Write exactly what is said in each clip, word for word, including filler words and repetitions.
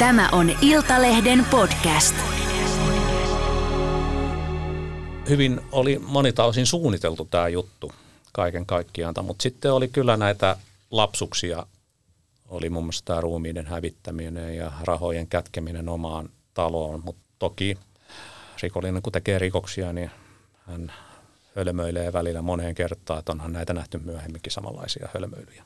Tämä on Iltalehden podcast. Hyvin oli monilta osin suunniteltu tämä juttu kaiken kaikkiaan, mutta sitten oli kyllä näitä lapsuksia. Oli muun muassa tämä ruumiiden hävittäminen ja rahojen kätkeminen omaan taloon, mutta toki rikollinen kun tekee rikoksia, niin hän hölmöilee välillä moneen kertaan, että onhan näitä nähty myöhemminkin samanlaisia hölmöilyjä.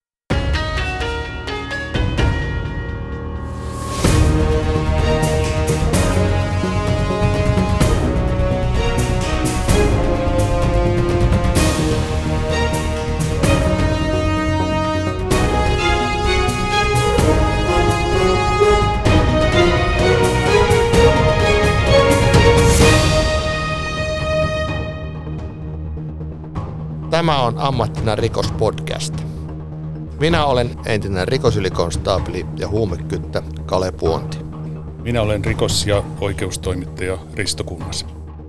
Tämä on Ammattina rikospodcast. Minä olen entinen rikosylikonstaapeli ja huumekyttä Kale Puonti. Minä olen rikos- ja oikeustoimittaja Risto Kunnas.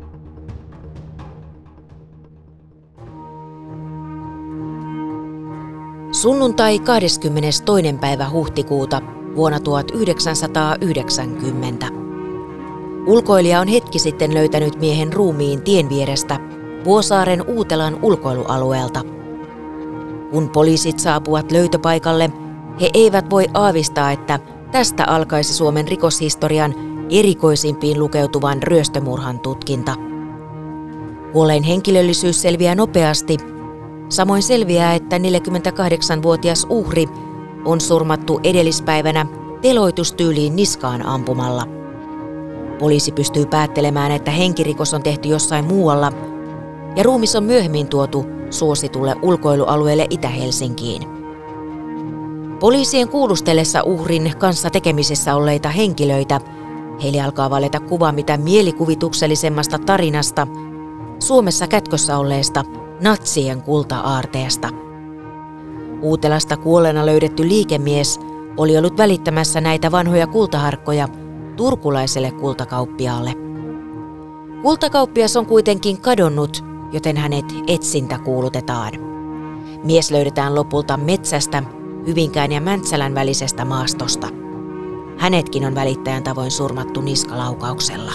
Sunnuntai kahdeskymmenestoinen päivä huhtikuuta vuonna tuhatyhdeksänsataayhdeksänkymmentä. Ulkoilija on hetki sitten löytänyt miehen ruumiin tien vierestä Vuosaaren Uutelan ulkoilualueelta. Kun poliisit saapuvat löytöpaikalle, he eivät voi aavistaa, että tästä alkaisi Suomen rikoshistorian erikoisimpiin lukeutuvan ryöstömurhan tutkinta. Kuolleen henkilöllisyys selviää nopeasti. Samoin selviää, että neljäkymmentäkahdeksanvuotias uhri on surmattu edellispäivänä teloitustyyliin niskaan ampumalla. Poliisi pystyy päättelemään, että henkirikos on tehty jossain muualla, ja ruumis on myöhemmin tuotu suositulle ulkoilualueelle Itä-Helsinkiin. Poliisien kuulustellessa uhrin kanssa tekemisissä olleita henkilöitä, heille alkaa valeta kuva mitä mielikuvituksellisemmasta tarinasta Suomessa kätkössä olleesta natsien kulta-aarteesta. Uutelasta kuolleena löydetty liikemies oli ollut välittämässä näitä vanhoja kultaharkkoja turkulaiselle kultakauppiaalle. Kultakauppias on kuitenkin kadonnut, joten hänet etsintä kuulutetaan. Mies löydetään lopulta metsästä, Hyvinkään ja Mäntsälän välisestä maastosta. Hänetkin on välittäjän tavoin surmattu niskalaukauksella.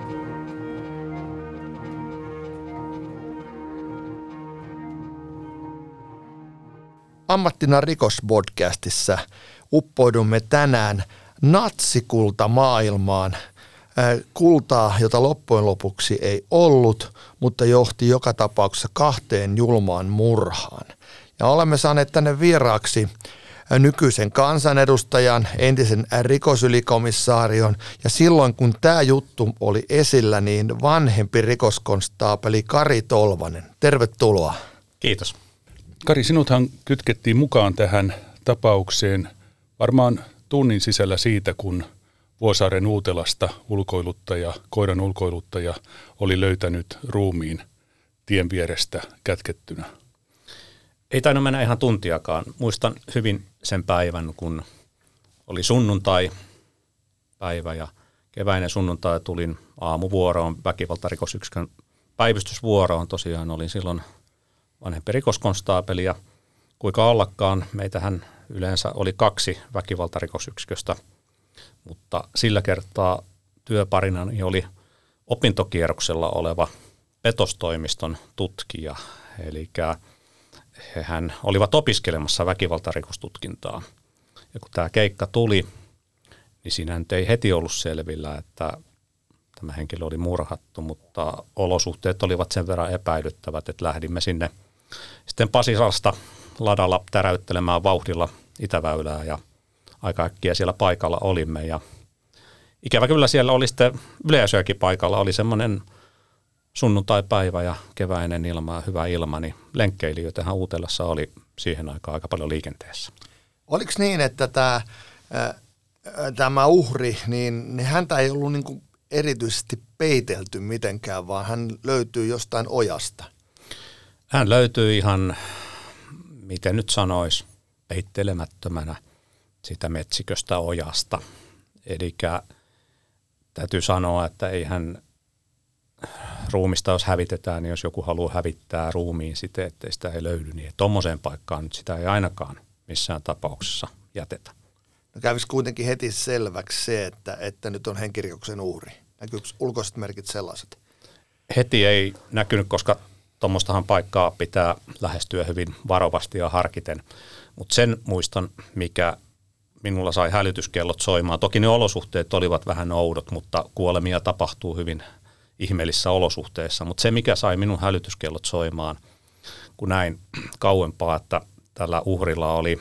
Ammattina rikospodcastissa uppoudumme tänään natsikultamaailmaan. Kultaa, jota loppujen lopuksi ei ollut, mutta johti joka tapauksessa kahteen julmaan murhaan. Ja olemme saaneet tänne vieraaksi nykyisen kansanedustajan, entisen rikosylikomissaarion ja silloin kun tämä juttu oli esillä, niin vanhempi rikoskonstaapeli Kari Tolvanen. Tervetuloa. Kiitos. Kari, sinuthan kytkettiin mukaan tähän tapaukseen varmaan tunnin sisällä siitä, kun Vuosaaren Uutelasta ulkoiluttaja, koiran ulkoiluttaja oli löytänyt ruumiin tien vierestä kätkettynä. Ei tainnut mennä ihan tuntiakaan. Muistan hyvin sen päivän, kun oli sunnuntai päivä ja keväinen sunnuntai tulin aamuvuoroon, väkivaltarikosyksikön päivystysvuoroon. Tosiaan olin silloin vanhempi rikoskonstaapeli ja kuinka ollakaan, meitähän yleensä oli kaksi väkivaltarikosyksiköstä. Mutta sillä kertaa työparinani oli opintokierroksella oleva petostoimiston tutkija. Eli hehän olivat opiskelemassa väkivaltarikostutkintaa. Ja kun tämä keikka tuli, niin siinä nyt ei heti ollut selvillä, että tämä henkilö oli murhattu, mutta olosuhteet olivat sen verran epäilyttävät, että lähdimme sinne sitten Pasisalasta ladalla täräyttelemään vauhdilla Itäväylää ja aika äkkiä siellä paikalla olimme ja ikävä kyllä siellä oli sitten yleisöäkin paikalla, oli semmoinen sunnuntaipäivä ja keväinen ilma ja hyvä ilma, niin lenkkeilijöitähän Uutelassa oli siihen aikaan aika paljon liikenteessä. Oliko niin, että tämä, tämä uhri, niin, niin häntä ei ollut niin kuin erityisesti peitelty mitenkään, vaan hän löytyy jostain ojasta? Hän löytyy ihan, miten nyt sanoisi, peittelemättömänä sitä metsiköstä ojasta. Eli täytyy sanoa, että eihän ruumista, jos hävitetään, niin jos joku haluaa hävittää ruumiin siten, ettei sitä ei löydy, niin tuommoiseen paikkaan nyt sitä ei ainakaan missään tapauksessa jätetä. No kävisi kuitenkin heti selväksi se, että, että nyt on henkirikoksen uhri. Näkyykö ulkoiset merkit sellaiset? Heti ei näkynyt, koska tuommoistahan paikkaa pitää lähestyä hyvin varovasti ja harkiten. Mutta sen muistan, mikä minulla sai hälytyskellot soimaan. Toki ne olosuhteet olivat vähän oudot, mutta kuolemia tapahtuu hyvin ihmeellisissä olosuhteissa. Mutta se, mikä sai minun hälytyskellot soimaan, kun näin kauempaa, että tällä uhrilla oli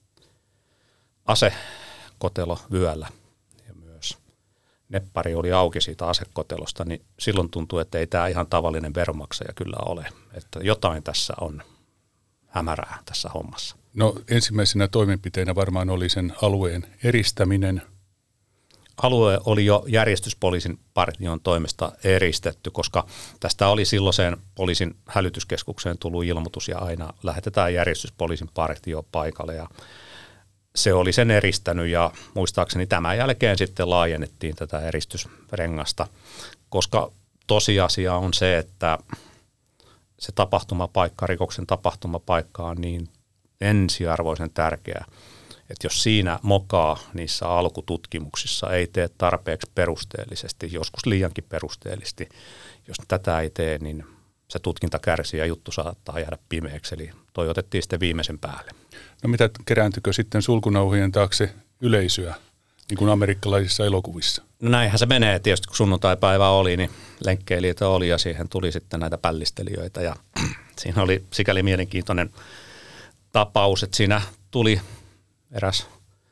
asekotelo vyöllä ja myös neppari oli auki siitä asekotelosta, niin silloin tuntui, että ei tämä ihan tavallinen veronmaksaja kyllä ole. Että jotain tässä on hämärää tässä hommassa. No ensimmäisenä toimenpiteenä varmaan oli sen alueen eristäminen. Alue oli jo järjestyspoliisin partion toimesta eristetty, koska tästä oli silloiseen poliisin hälytyskeskukseen tullut ilmoitus ja aina lähetetään järjestyspoliisin partio paikalle ja se oli sen eristänyt ja muistaakseni tämän jälkeen sitten laajennettiin tätä eristysrengasta, koska tosiasia on se, että se tapahtumapaikka, rikoksen tapahtumapaikka on niin ensiarvoisen tärkeä, että jos siinä mokaa niissä alkututkimuksissa, ei tee tarpeeksi perusteellisesti, joskus liiankin perusteellisesti, jos tätä ei tee, niin se tutkinta kärsii ja juttu saattaa jäädä pimeäksi, eli toi otettiin sitten viimeisen päälle. No mitä, kerääntyikö sitten sulkunauhien taakse yleisöä, niin kuin amerikkalaisissa elokuvissa? No näinhän se menee, tietysti kun sunnuntaipäivä oli, niin lenkkeilijöitä oli ja siihen tuli sitten näitä pällistelijöitä ja siinä oli sikäli mielenkiintoinen tapaus, että siinä tuli eräs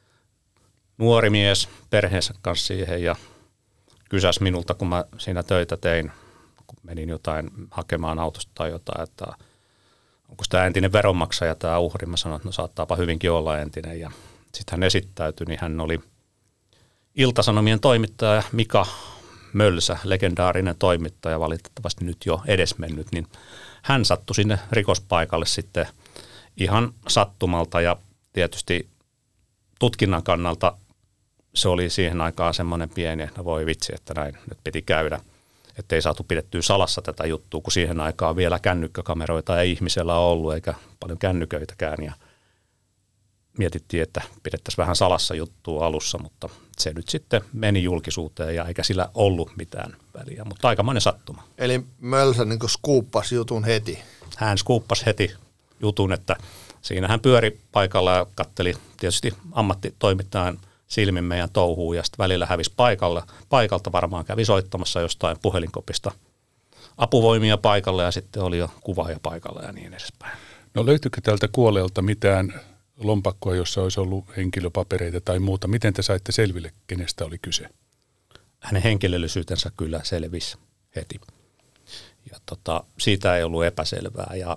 nuori mies perheensä kanssa siihen ja kysäsi minulta, kun mä siinä töitä tein, kun menin jotain hakemaan autosta tai jotain, että onko tämä entinen veronmaksaja tämä uhri. Mä sanoin, että no saattaapa hyvinkin olla entinen ja sitten hän esittäytyi, niin hän oli Ilta-Sanomien toimittaja Mika Mölsä, legendaarinen toimittaja, valitettavasti nyt jo edesmennyt, niin hän sattui sinne rikospaikalle sitten ihan sattumalta ja tietysti tutkinnan kannalta se oli siihen aikaan semmoinen pieni, että voi vitsi, että näin nyt piti käydä, että ei saatu pidettyä salassa tätä juttua, kun siihen aikaan vielä kännykkäkameroita ei ihmisellä ollut eikä paljon kännyköitäkään ja mietittiin, että pidettäisiin vähän salassa juttua alussa, mutta se nyt sitten meni julkisuuteen ja eikä sillä ollut mitään väliä, mutta aikamoinen sattuma. Eli Mölsä niin kuin skuuppasi jutun heti? Hän skuuppasi heti jutun, että siinä hän pyöri paikalla ja katteli tietysti ammattitoimittajan silmin meidän touhuun ja sitten välillä hävisi paikalla. Paikalta varmaan kävi soittamassa jostain puhelinkopista apuvoimia paikalle ja sitten oli jo kuvaaja paikalla ja niin edespäin. No löytyykö tältä kuolleelta mitään lompakkoa, jossa olisi ollut henkilöpapereita tai muuta? Miten te saitte selville, kenestä oli kyse? Hänen henkilöllisyytensä kyllä selvisi heti. Ja tota, siitä ei ollut epäselvää ja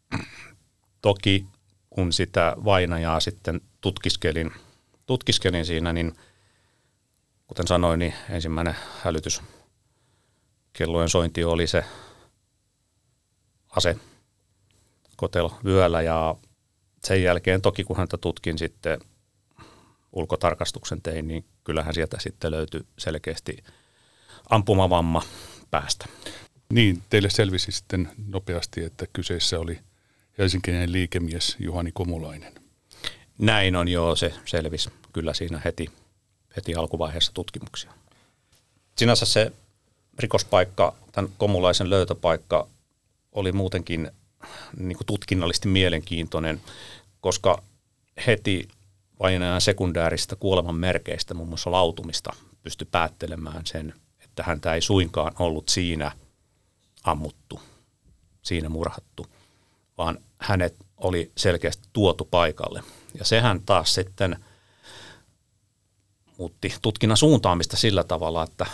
toki kun sitä vainajaa sitten tutkiskelin, tutkiskelin siinä, niin kuten sanoin, niin ensimmäinen hälytyskellojen sointi oli se asekotelo vyöllä ja sen jälkeen toki kun häntä tutkin sitten ulkotarkastuksen tein, niin kyllähän sieltä sitten löytyi selkeästi ampumavamma päästä. Niin, teille selvisi sitten nopeasti, että kyseessä oli helsinkiläinen liikemies Juhani Komulainen. Näin on, joo, se selvisi kyllä siinä heti, heti alkuvaiheessa tutkimuksia. Sinänsä se rikospaikka, tämän Komulaisen löytöpaikka, oli muutenkin niin kuin tutkinnallisesti mielenkiintoinen, koska heti vainajan sekundääristä kuoleman merkeistä, muun muassa lautumista, pystyi päättelemään sen, että häntä ei suinkaan ollut siinä ammuttu, siinä murhattu, vaan hänet oli selkeästi tuotu paikalle. Ja sehän taas sitten muutti tutkinnan suuntaamista sillä tavalla, että,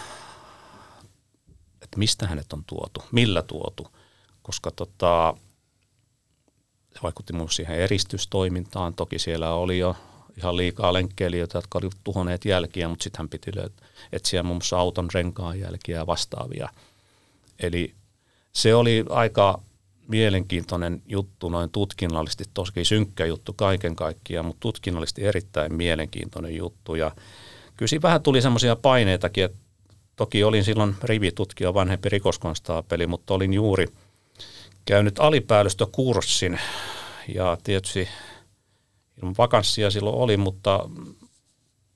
että mistä hänet on tuotu, millä tuotu, koska tota, se vaikutti myös siihen eristystoimintaan. Toki siellä oli jo ihan liikaa lenkkeilijöitä, jotka olivat tuhonneet jälkiä, mutta sitten hän piti etsiä muun muassa auton renkaan jälkiä ja vastaavia. Eli se oli aika mielenkiintoinen juttu noin tutkinnallisesti, tosi synkkä juttu kaiken kaikkiaan, mutta tutkinnallisesti erittäin mielenkiintoinen juttu. Ja kyllä siinä vähän tuli semmoisia paineitakin, että toki olin silloin rivitutkija, vanhempi rikoskonstaapeli, mutta olin juuri käynyt alipäällystökurssin ja tietysti ilman vakanssia silloin oli, mutta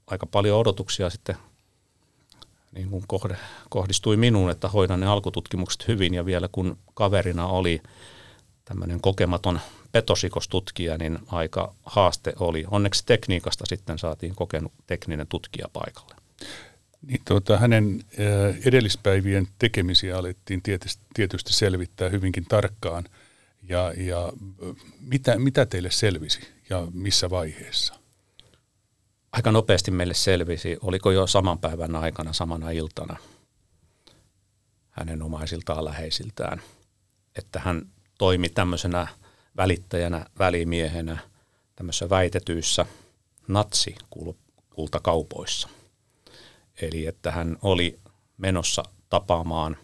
aika paljon odotuksia sitten niin kuin kohde, kohdistui minuun, että hoidan ne alkututkimukset hyvin, ja vielä kun kaverina oli tämmöinen kokematon petosikostutkija, niin aika haaste oli. Onneksi tekniikasta sitten saatiin kokenut tekninen tutkija paikalle. Niin, tuota, hänen edellispäivien tekemisiä alettiin tietysti, tietysti selvittää hyvinkin tarkkaan. Ja, ja mitä, mitä teille selvisi ja missä vaiheessa? Aika nopeasti meille selvisi, oliko jo saman päivän aikana, samana iltana hänen omaisiltaan läheisiltään, että hän toimi tämmöisenä välittäjänä, välimiehenä tämmöisissä väitetyissä natsikultakaupoissa. Eli että hän oli menossa tapaamaan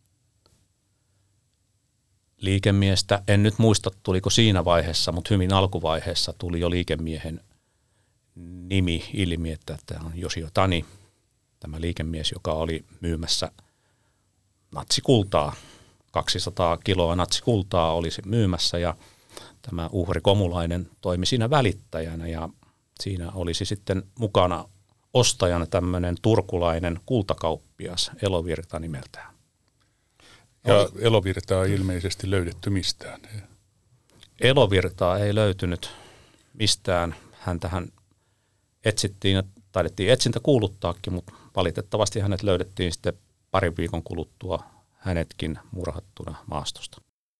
liikemiestä. En nyt muista, tuliko siinä vaiheessa, mutta hyvin alkuvaiheessa tuli jo liikemiehen nimi ilmi, että tämä on Josio Tani, tämä liikemies, joka oli myymässä natsikultaa. kaksisataa kiloa natsikultaa olisi myymässä, ja tämä uhri Komulainen toimi siinä välittäjänä, ja siinä olisi sitten mukana ostajana tämmöinen turkulainen kultakauppias Elovirta nimeltään. Ja Elovirtaa ei ilmeisesti löydetty mistään. Elovirtaa ei löytynyt mistään. Häntähän etsittiin, taidettiin etsintä kuuluttaakin, mutta valitettavasti hänet löydettiin sitten parin viikon kuluttua hänetkin murhattuna maastosta.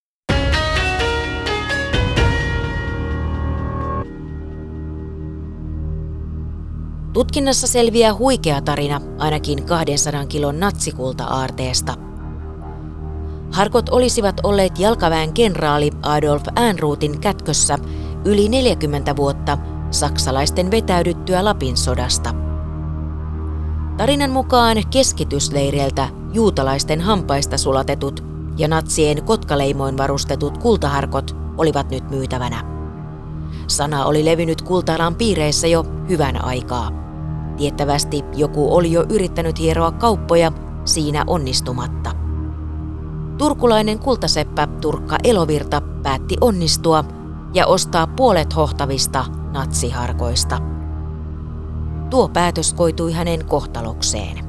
Tutkinnassa selviää huikea tarina ainakin kahdensadan kilon natsikulta-aarteesta. Harkot olisivat olleet jalkaväen kenraali Adolf Ehrnroothin kätkössä yli neljäkymmentä vuotta saksalaisten vetäydyttyä Lapin sodasta. Tarinan mukaan keskitysleireiltä juutalaisten hampaista sulatetut ja natsien kotkaleimoin varustetut kultaharkot olivat nyt myytävänä. Sana oli levinnyt kulta-alan piireissä jo hyvän aikaa. Tiettävästi joku oli jo yrittänyt hieroa kauppoja, siinä onnistumatta. Turkulainen kultaseppä Turkka Elovirta päätti onnistua ja ostaa puolet hohtavista natsiharkoista. Tuo päätös koitui hänen kohtalokseen.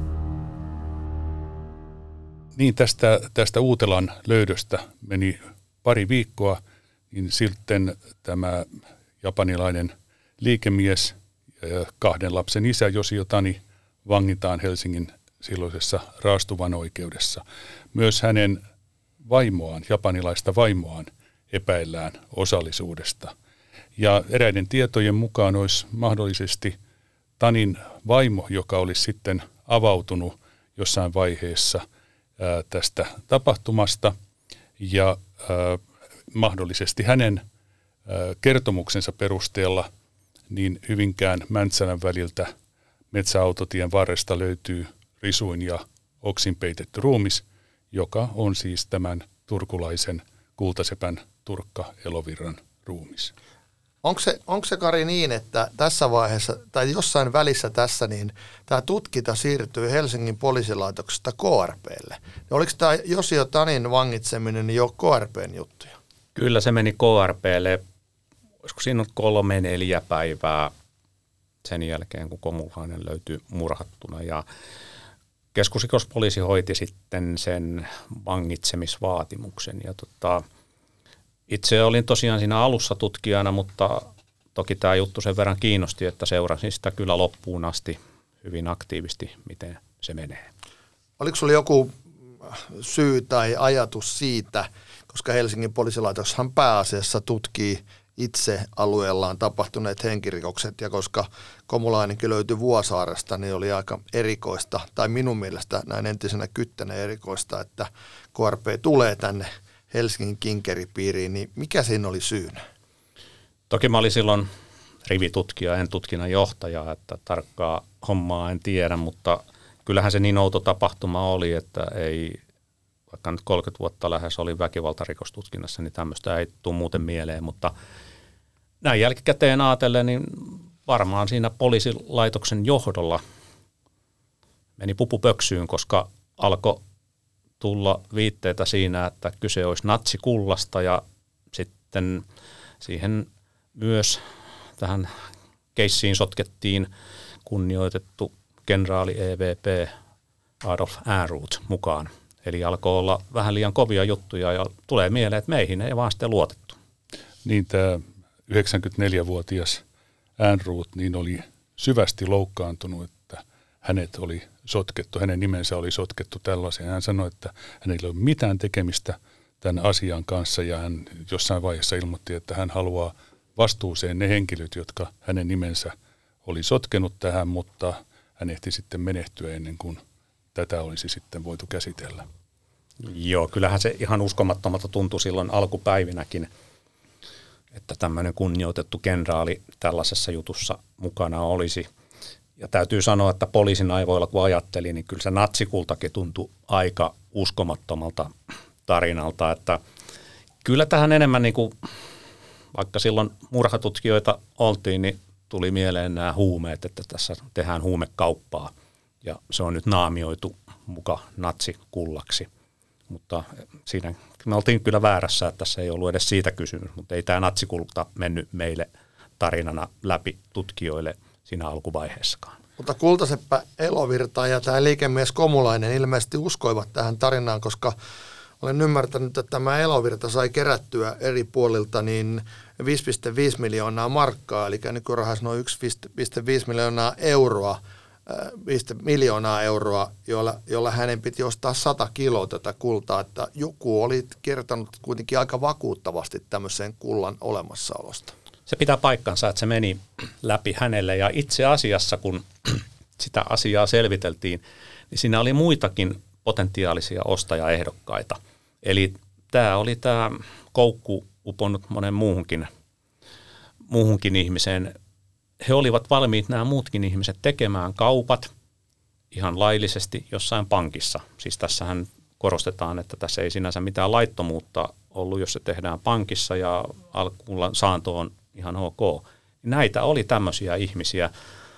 Niin, tästä, tästä Uutelan löydöstä meni pari viikkoa, niin sitten tämä japanilainen liikemies ja kahden lapsen isä Josio Tani vangitaan Helsingin silloisessa raastuvan oikeudessa. Myös hänen vaimoaan, japanilaista vaimoaan, epäillään osallisuudesta. Ja eräiden tietojen mukaan olisi mahdollisesti Tanin vaimo, joka olisi sitten avautunut jossain vaiheessa ää, tästä tapahtumasta, ja ää, mahdollisesti hänen ää, kertomuksensa perusteella niin Hyvinkään Mäntsälän väliltä metsäautotien varresta löytyy risuin ja oksin peitetty ruumis, joka on siis tämän turkulaisen kultasepän Turkka Elovirran ruumis. Onko se, onko se, Kari, niin, että tässä vaiheessa tai jossain välissä tässä, niin tämä tutkinta siirtyy Helsingin poliisilaitoksesta K R P:lle? Oliko tämä Josio Tanin vangitseminen jo K R P:n juttuja? Kyllä se meni K R P:lle, olisiko siinä ollut kolme, neljä päivää sen jälkeen, kun Komulainen löytyi murhattuna, ja keskusrikospoliisi hoiti sitten sen vangitsemisvaatimuksen. Ja tota, itse olin tosiaan siinä alussa tutkijana, mutta toki tämä juttu sen verran kiinnosti, että seurasin sitä kyllä loppuun asti hyvin aktiivisesti, miten se menee. Oliko sinulla joku syy tai ajatus siitä, koska Helsingin poliisilaitoshan pääasiassa tutkii itse alueellaan tapahtuneet henkirikokset, ja koska Komulainenkin löytyi Vuosaaresta, niin oli aika erikoista, tai minun mielestä näin entisenä kyttänä erikoista, että K R P tulee tänne Helsingin kinkeripiiriin, niin mikä siinä oli syynä? Toki mä olin silloin rivitutkija, en tutkinnan johtaja, että tarkkaa hommaa en tiedä, mutta kyllähän se niin outo tapahtuma oli, että ei, vaikka nyt kolmekymmentä vuotta lähes oli väkivaltarikostutkinnassa, niin tämmöistä ei tule muuten mieleen, mutta näin jälkikäteen ajatellen, niin varmaan siinä poliisilaitoksen johdolla meni pupu pöksyyn, koska alkoi tulla viitteitä siinä, että kyse olisi natsikullasta, ja sitten siihen myös tähän keissiin sotkettiin kunnioitettu kenraali E V P Adolf Ehrnrooth mukaan. Eli alkoi olla vähän liian kovia juttuja ja tulee mieleen, että meihin ei vaan sitten luotettu. Niin tämä yhdeksänkymmentäneljävuotias Ehrnrooth niin oli syvästi loukkaantunut, että hänet oli sotkettu, hänen nimensä oli sotkettu tällaiseen. Hän sanoi, että hänellä ei ole mitään tekemistä tämän asian kanssa ja hän jossain vaiheessa ilmoitti, että hän haluaa vastuuseen ne henkilöt, jotka hänen nimensä oli sotkenut tähän, mutta hän ehti sitten menehtyä ennen kuin tätä olisi sitten voitu käsitellä. Joo, kyllähän se ihan uskomattomalta tuntui silloin alkupäivinäkin, että tämmöinen kunnioitettu kenraali tällaisessa jutussa mukana olisi. Ja täytyy sanoa, että poliisin aivoilla kun ajattelin, niin kyllä se natsikultakin tuntui aika uskomattomalta tarinalta, että kyllä tähän enemmän niin kuin, vaikka silloin murhatutkijoita oltiin, niin tuli mieleen nämä huumeet, että tässä tehdään huumekauppaa ja se on nyt naamioitu muka natsikullaksi, mutta siinä me oltiin kyllä väärässä, että tässä ei ollut edes siitä kysymys, mutta ei tämä natsikulta mennyt meille tarinana läpi tutkijoille siinä alkuvaiheessakaan. Mutta Kultaseppä Elovirta ja tämä liikemies Komulainen ilmeisesti uskoivat tähän tarinaan, koska olen ymmärtänyt, että tämä Elovirta sai kerättyä eri puolilta niin viisi pilkku viisi miljoonaa markkaa, eli nykyrahassa noin yksi pilkku viisi miljoonaa euroa, viisi miljoonaa euroa, jolla, jolla hänen piti ostaa sata kiloa tätä kultaa, että joku oli kertonut kuitenkin aika vakuuttavasti tämmöiseen kullan olemassaolosta. Se pitää paikkansa, että se meni läpi hänelle ja itse asiassa, kun sitä asiaa selviteltiin, niin siinä oli muitakin potentiaalisia ostajaehdokkaita. Eli tämä oli tämä koukku uponnut monen muuhunkin, muuhunkin ihmiseen. He olivat valmiit nämä muutkin ihmiset tekemään kaupat ihan laillisesti jossain pankissa. Siis tässähän korostetaan, että tässä ei sinänsä mitään laittomuutta ollut, jos se tehdään pankissa ja alkuun saanto on ihan ok. Näitä oli tämmöisiä ihmisiä,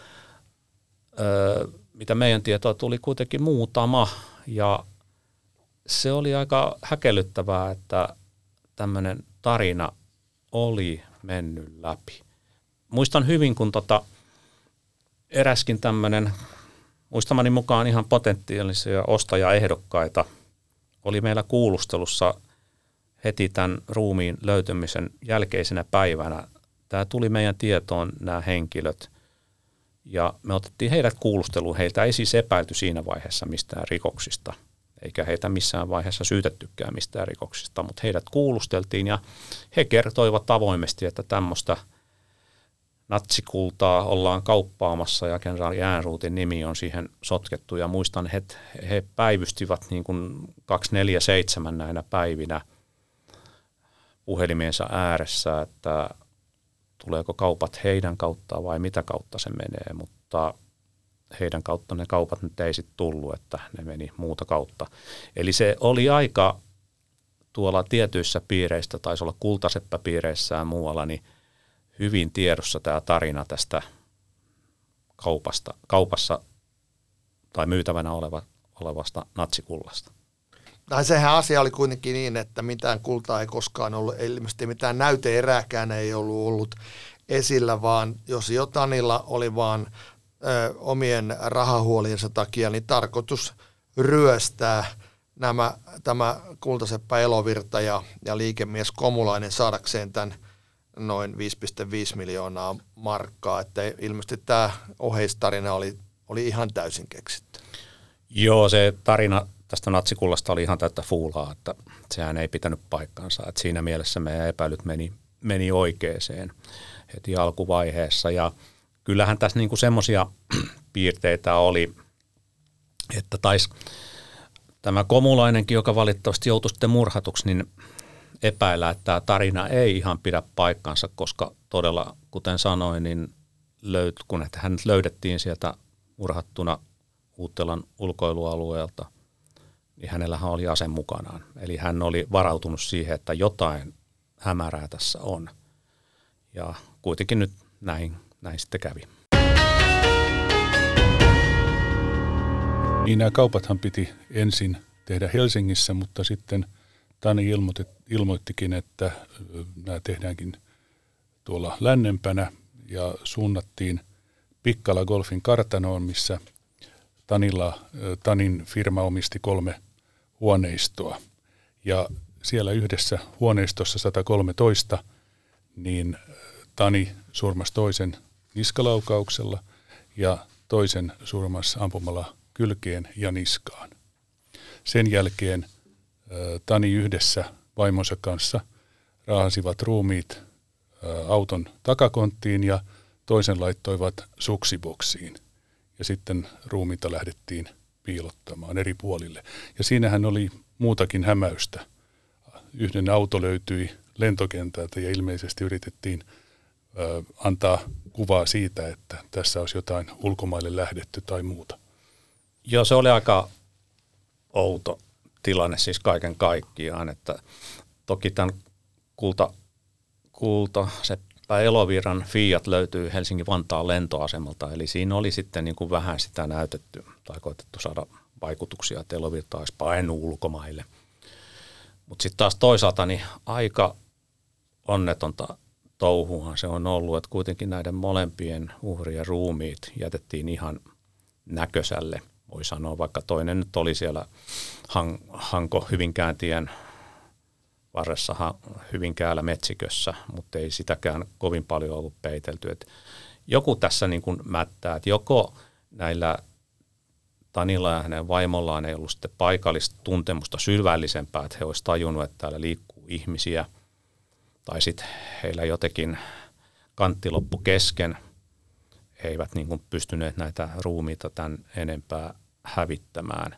öö, mitä meidän tietoa tuli kuitenkin muutama ja se oli aika häkellyttävää, että tämmöinen tarina oli mennyt läpi. Muistan hyvin, kun tota, eräskin tämmöinen, muistamani mukaan ihan potentiaalisia ostajaehdokkaita oli meillä kuulustelussa heti tämän ruumiin löytymisen jälkeisenä päivänä. Tämä tuli meidän tietoon, nämä henkilöt, ja me otettiin heidät kuulusteluun. Heiltä ei siis epäilty siinä vaiheessa mistään rikoksista, eikä heitä missään vaiheessa syytettykään mistään rikoksista, mutta heidät kuulusteltiin, ja he kertoivat avoimesti, että tämmöistä natsikultaa ollaan kauppaamassa, ja kenraali Ehrnroothin nimi on siihen sotkettu, ja muistan, että he päivystivät niin kuin kaksikymmentäneljä seitsemän näinä päivinä puhelimiensa ääressä, että tuleeko kaupat heidän kauttaan vai mitä kautta se menee, mutta heidän kautta ne kaupat nyt ei sitten tullut, että ne meni muuta kautta. Eli se oli aika tuolla tietyissä piireissä, taisi olla kultaseppäpiireissä ja muualla, niin hyvin tiedossa tämä tarina tästä kaupasta, kaupassa tai myytävänä oleva, olevasta natsikullasta. Tai sehän asia oli kuitenkin niin, että mitään kultaa ei koskaan ollut, ilmeisesti mitään näyteerääkään ei ollut ollut esillä, vaan jos Jotanilla oli vaan ö, omien rahahuoliensa takia, niin tarkoitus ryöstää nämä, tämä Kultaseppä Elovirta ja, ja liikemies Komulainen saadakseen tämän noin viisi pilkku viisi miljoonaa markkaa, että ilmeisesti tämä oheistarina oli, oli ihan täysin keksitty. Joo, se tarina tästä natsikullasta oli ihan täyttä fuulaa, että sehän ei pitänyt paikkaansa. Että siinä mielessä meidän epäilyt meni, meni oikeeseen heti alkuvaiheessa. Ja kyllähän tässä niinku semmoisia piirteitä oli, että taisi tämä Komulainenkin, joka valitettavasti joutui sitten murhatuksi, niin epäillä, että tämä tarina ei ihan pidä paikkansa, koska todella, kuten sanoin, niin löyt, kun hänet löydettiin sieltä murhattuna Uuttelan ulkoilualueelta, niin hänellähän oli ase mukanaan. Eli hän oli varautunut siihen, että jotain hämärää tässä on. Ja kuitenkin nyt näin, näin sitten kävi. Niin nämä kaupathan piti ensin tehdä Helsingissä, mutta sitten Tani ilmoitti, ilmoittikin, että nämä tehdäänkin tuolla lännempänä ja suunnattiin Pikkala Golfin kartanoon, missä Tanilla, Tanin firma omisti kolme huoneistoa. Ja siellä yhdessä huoneistossa sata kolmetoista, niin Tani surmasi toisen niskalaukauksella ja toisen surmasi ampumalla kylkeen ja niskaan. Sen jälkeen Tani yhdessä vaimonsa kanssa raahasivat ruumiit auton takakonttiin ja toisen laittoivat suksiboksiin. Ja sitten ruumiita lähdettiin piilottamaan eri puolille. Ja siinähän oli muutakin hämäystä. Yhden auto löytyi lentokentältä ja ilmeisesti yritettiin ö, antaa kuvaa siitä, että tässä olisi jotain ulkomaille lähdetty tai muuta. Joo, se oli aika outo tilanne siis kaiken kaikkiaan, että toki tämän kulta, kulta seppä Elovirran Fiat löytyy Helsingin-Vantaan lentoasemalta, eli siinä oli sitten niin kuin vähän sitä näytetty tai koetettu saada vaikutuksia, että Elovirta olisi painut ulkomaille. Mutta sitten taas toisaalta niin aika onnetonta touhuhan se on ollut, että kuitenkin näiden molempien uhrien ruumiit jätettiin ihan näkösälle. Voi sanoa, vaikka toinen nyt oli siellä Han- Hanko-Hyvinkääntien varressa Hyvinkäällä metsikössä, mutta ei sitäkään kovin paljon ollut peitelty. Et joku tässä niin kuin mättää, että joko näillä Tanilla ja hänen vaimollaan ei ollut sitten paikallista tuntemusta syvällisempää, että he olisivat tajunnut, että täällä liikkuu ihmisiä, tai sitten heillä jotenkin kantti loppu kesken, he eivät niin kuin pystyneet näitä ruumiita tämän enempää hävittämään.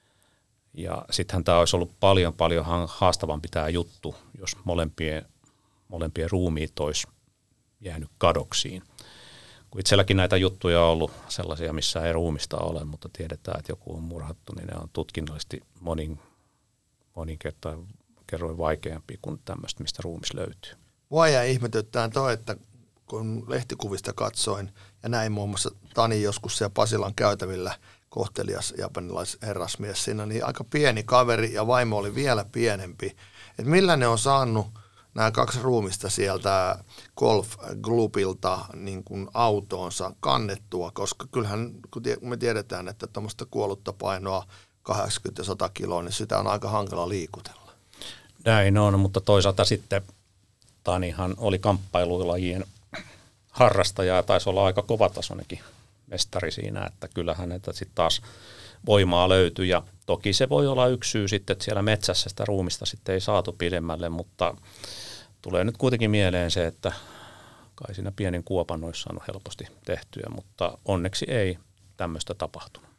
Ja sittenhän tämä olisi ollut paljon paljon haastavampi tämä juttu, jos molempien, molempien ruumiit olisi jäänyt kadoksiin. Kun itselläkin näitä juttuja on ollut sellaisia, missä ei ruumista ole, mutta tiedetään, että joku on murhattu, niin ne on tutkinnallisesti monin, monin kertaan kerroin vaikeampi kuin tämmöistä, mistä ruumis löytyy. Mua jäi ihmetyttään toi, että kun lehtikuvista katsoin ja näin muun muassa Tani joskus siellä Pasilan käytävillä kohtelias japanilaisherrasmies siinä, niin aika pieni kaveri ja vaimo oli vielä pienempi. Et millä ne on saanut nämä kaksi ruumista sieltä golf-klubilta niin kuin autoonsa kannettua, koska kyllähän kun me tiedetään, että tuommoista kuollutta painoa kahdeksankymmentä ja sata kiloa, niin sitä on aika hankala liikutella. Näin on, mutta toisaalta sitten Tanihan oli kamppailulajien harrastaja ja taisi olla aika kovatasoinenkin mestari siinä, että kyllähän häneltä sitten taas voimaa löytyi ja toki se voi olla yksi syy sitten, että siellä metsässä sitä ruumista sitten ei saatu pidemmälle, mutta tulee nyt kuitenkin mieleen se, että kai siinä pienen kuopan olisi saanut helposti tehtyä, mutta onneksi ei tämmöistä tapahtunut.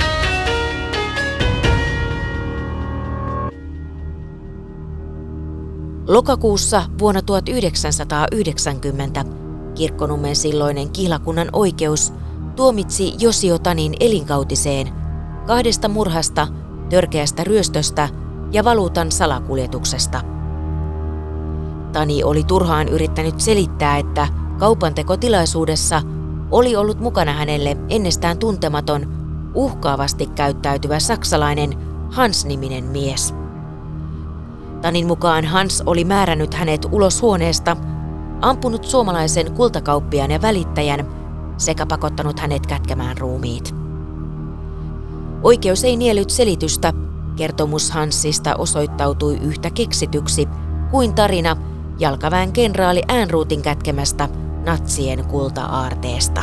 Lokakuussa vuonna tuhatyhdeksänsataayhdeksänkymmentä Kirkkonummen silloinen kihlakunnan oikeus tuomitsi Josio Tanin elinkautiseen kahdesta murhasta, törkeästä ryöstöstä ja valuutan salakuljetuksesta. Tani oli turhaan yrittänyt selittää, että kaupantekotilaisuudessa oli ollut mukana hänelle ennestään tuntematon, uhkaavasti käyttäytyvä saksalainen Hans-niminen mies. Tanin mukaan Hans oli määrännyt hänet ulos huoneesta, ampunut suomalaisen kultakauppiaan ja välittäjän sekä pakottanut hänet kätkemään ruumiit. Oikeus ei niellyt selitystä, kertomus Hansista osoittautui yhtä keksityksi kuin tarina jalkaväen kenraali Ehrnroothin kätkemästä natsien kulta-aarteesta.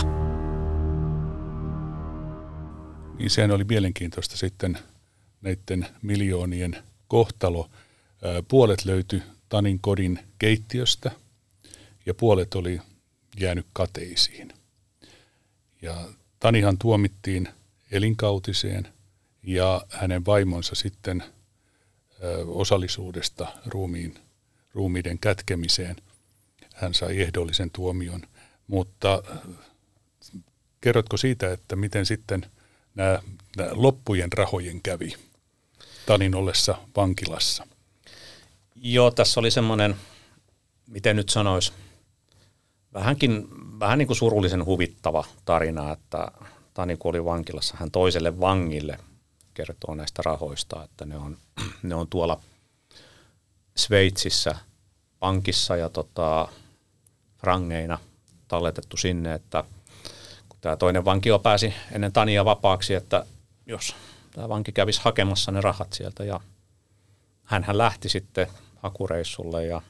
Niin sehän oli mielenkiintoista sitten näiden miljoonien kohtalo. Puolet löytyi Tanin kodin keittiöstä ja puolet oli jäänyt kateisiin. Ja Tanihan tuomittiin elinkautiseen ja hänen vaimonsa sitten ö, osallisuudesta ruumiin, ruumiiden kätkemiseen. Hän sai ehdollisen tuomion, mutta kerrotko siitä, että miten sitten nämä, nämä loppujen rahojen kävi Tanin ollessa vankilassa? Joo, tässä oli semmoinen, miten nyt sanoisi, vähänkin, vähän niin kuin surullisen huvittava tarina, että Tani kun oli vankilassa, hän toiselle vangille kertoo näistä rahoista, että ne on, ne on tuolla Sveitsissä pankissa ja tota, frangeina talletettu sinne, että kun tämä toinen vanki jo pääsi ennen Tania vapaaksi, että jos tämä vanki kävisi hakemassa ne rahat sieltä. Ja hänhän lähti sitten hakureissulle ja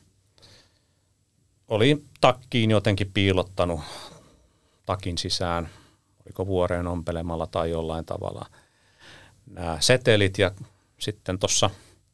oli takkiin jotenkin piilottanut takin sisään, oliko vuoreen ompelemalla tai jollain tavalla nämä setelit. Ja sitten tuossa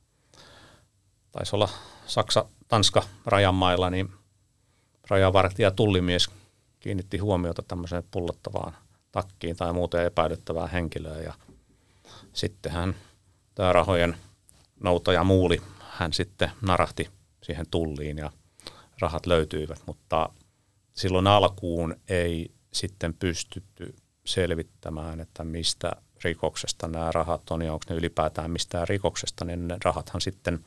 taisi olla Saksa-Tanska rajanmailla, niin rajavartija tullimies kiinnitti huomiota tämmöiseen pullottavaan takkiin tai muuten epäilyttävään henkilöön. Ja sitten hän, tämä rahojen noutaja Muuli, hän sitten narahti siihen tulliin ja rahat löytyivät, mutta silloin alkuun ei sitten pystytty selvittämään, että mistä rikoksesta nämä rahat on ja onko ne ylipäätään mistään rikoksesta, niin ne rahathan sitten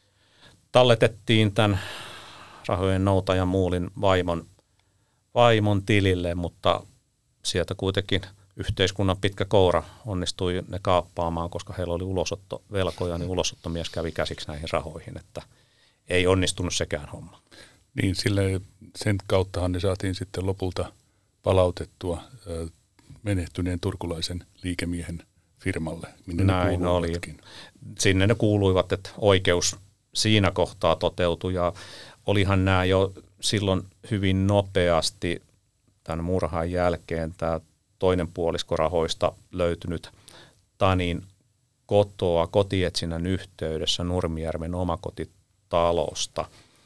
talletettiin tämän rahojen noutajan Muulin vaimon, vaimon tilille, mutta sieltä kuitenkin yhteiskunnan pitkä koura onnistui ne kaappaamaan, koska heillä oli ulosottovelkoja, niin ulosottomies kävi käsiksi näihin rahoihin, että ei onnistunut sekään homma. Niin, sillä sen kauttahan ne saatiin sitten lopulta palautettua menehtyneen turkulaisen liikemiehen firmalle, minne näin ne oli. Sinne ne kuuluivat, että oikeus siinä kohtaa toteutui ja olihan nämä jo silloin hyvin nopeasti tämän murhan jälkeen tämä toinen puolisko rahoista löytynyt Tanin kotoa kotietsinnän yhteydessä Nurmijärven omakotitalosta.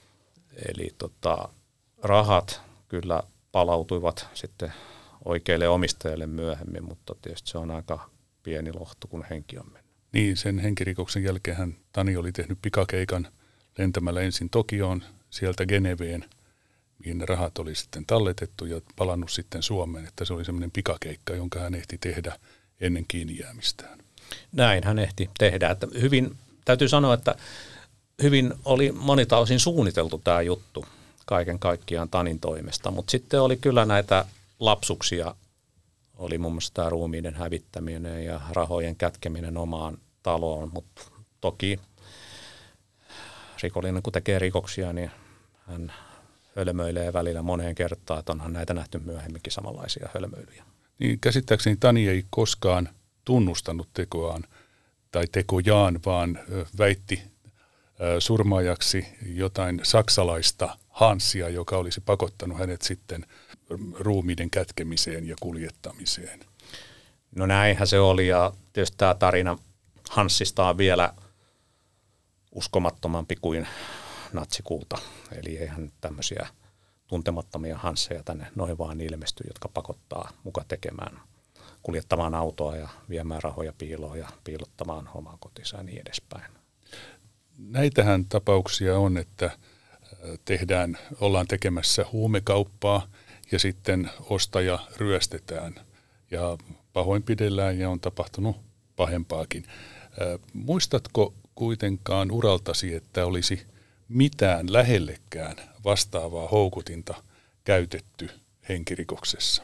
Eli tota, rahat kyllä palautuivat sitten oikeille omistajille myöhemmin, mutta tietysti se on aika pieni lohtu, kun henki on mennyt. Niin, sen henkirikoksen jälkeen Tani oli tehnyt pikakeikan lentämällä ensin Tokioon, sieltä Geneveen, mihin ne rahat oli sitten talletettu ja palannut sitten Suomeen, että se oli semmoinen pikakeikka, jonka hän ehti tehdä ennen kiinni jäämistään. Näin hän ehti tehdä. Että hyvin, täytyy sanoa, että hyvin oli monilta osin suunniteltu tämä juttu kaiken kaikkiaan Tanin toimesta, mutta sitten oli kyllä näitä lapsuksia, oli muun muassa tämä ruumiiden hävittäminen ja rahojen kätkeminen omaan taloon, mutta toki rikollinen kun tekee rikoksia, niin hän hölmöilee välillä moneen kertaan, että onhan näitä nähty myöhemminkin samanlaisia hölmöilyjä. Niin, käsittääkseni Tani ei koskaan tunnustanut tekoaan tai tekojaan, vaan väitti surmaajaksi jotain saksalaista Hansia, joka olisi pakottanut hänet sitten ruumiiden kätkemiseen ja kuljettamiseen. No näinhän se oli ja tietysti tämä tarina Hanssista on vielä uskomattomampi kuin natsikulta. Eli eihän tämmöisiä tuntemattomia Hansseja tänne noin vaan ilmesty, jotka pakottaa muka tekemään, kuljettamaan autoa ja viemään rahoja piiloon ja piilottamaan omaan kotinsa ja niin edespäin. Näitähän tapauksia on, että tehdään, ollaan tekemässä huumekauppaa ja sitten ostaja ryöstetään ja pahoinpidellään ja on tapahtunut pahempaakin. Muistatko kuitenkaan uraltasi, että olisi mitään lähellekään vastaavaa houkutinta käytetty henkirikoksessa?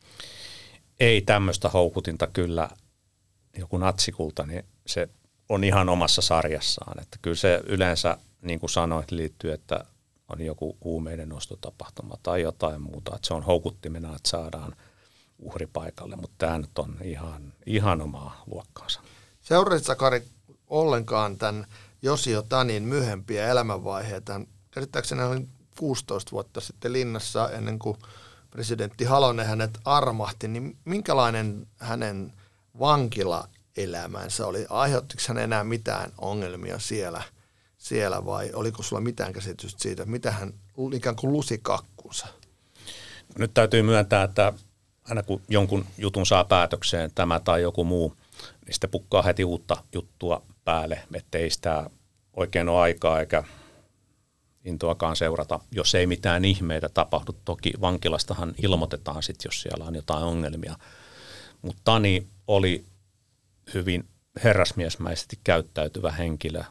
Ei tämmöistä houkutinta kyllä. Joku natsikulta, niin se on ihan omassa sarjassaan. Että kyllä se yleensä, niin kuin sanoit, liittyy, että on joku huumeiden ostotapahtuma tai jotain muuta. Että se on houkuttimena, että saadaan uhri paikalle, mutta tämä nyt on ihan, ihan omaa luokkaansa. Seuraatko, Kari, ollenkaan tämän Josio Tanin myöhempiä elämänvaiheita? Käsittääkseni oli kuusitoista vuotta sitten linnassa ennen kuin presidentti Halonen hänet armahti, niin minkälainen hänen vankilaelämänsä oli? Aiheuttiko hän enää mitään ongelmia siellä, siellä vai oliko sulla mitään käsitystä siitä, mitä hän ikään kuin lusi kakkunsa? Nyt täytyy myöntää, että aina kun jonkun jutun saa päätökseen tämä tai joku muu, niin sitten pukkaa heti uutta juttua päälle, ettei sitä oikein ole aikaa eikä intoakaan seurata, jos ei mitään ihmeitä tapahdu. Toki vankilastahan ilmoitetaan sitten, jos siellä on jotain ongelmia. Mutta Tani oli hyvin herrasmiesmäisesti käyttäytyvä henkilö,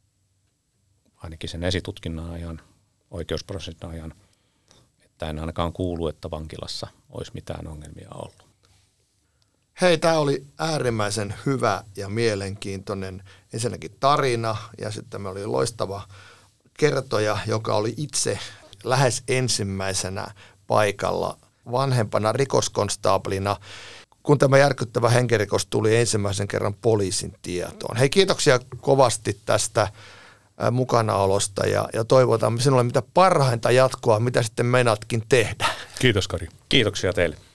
ainakin sen esitutkinnan ajan, oikeusprosessin ajan, että en ainakaan kuulu, että vankilassa olisi mitään ongelmia ollut. Hei, tämä oli äärimmäisen hyvä ja mielenkiintoinen ensinnäkin tarina ja sitten me oli loistava kertoja, joka oli itse lähes ensimmäisenä paikalla vanhempana rikoskonstaablina, kun tämä järkyttävä henkirikos tuli ensimmäisen kerran poliisin tietoon. Hei, kiitoksia kovasti tästä mukanaolosta ja, ja toivotaan sinulle mitä parhainta jatkoa, mitä sitten meinaatkin tehdä. Kiitos, Kari. Kiitoksia teille.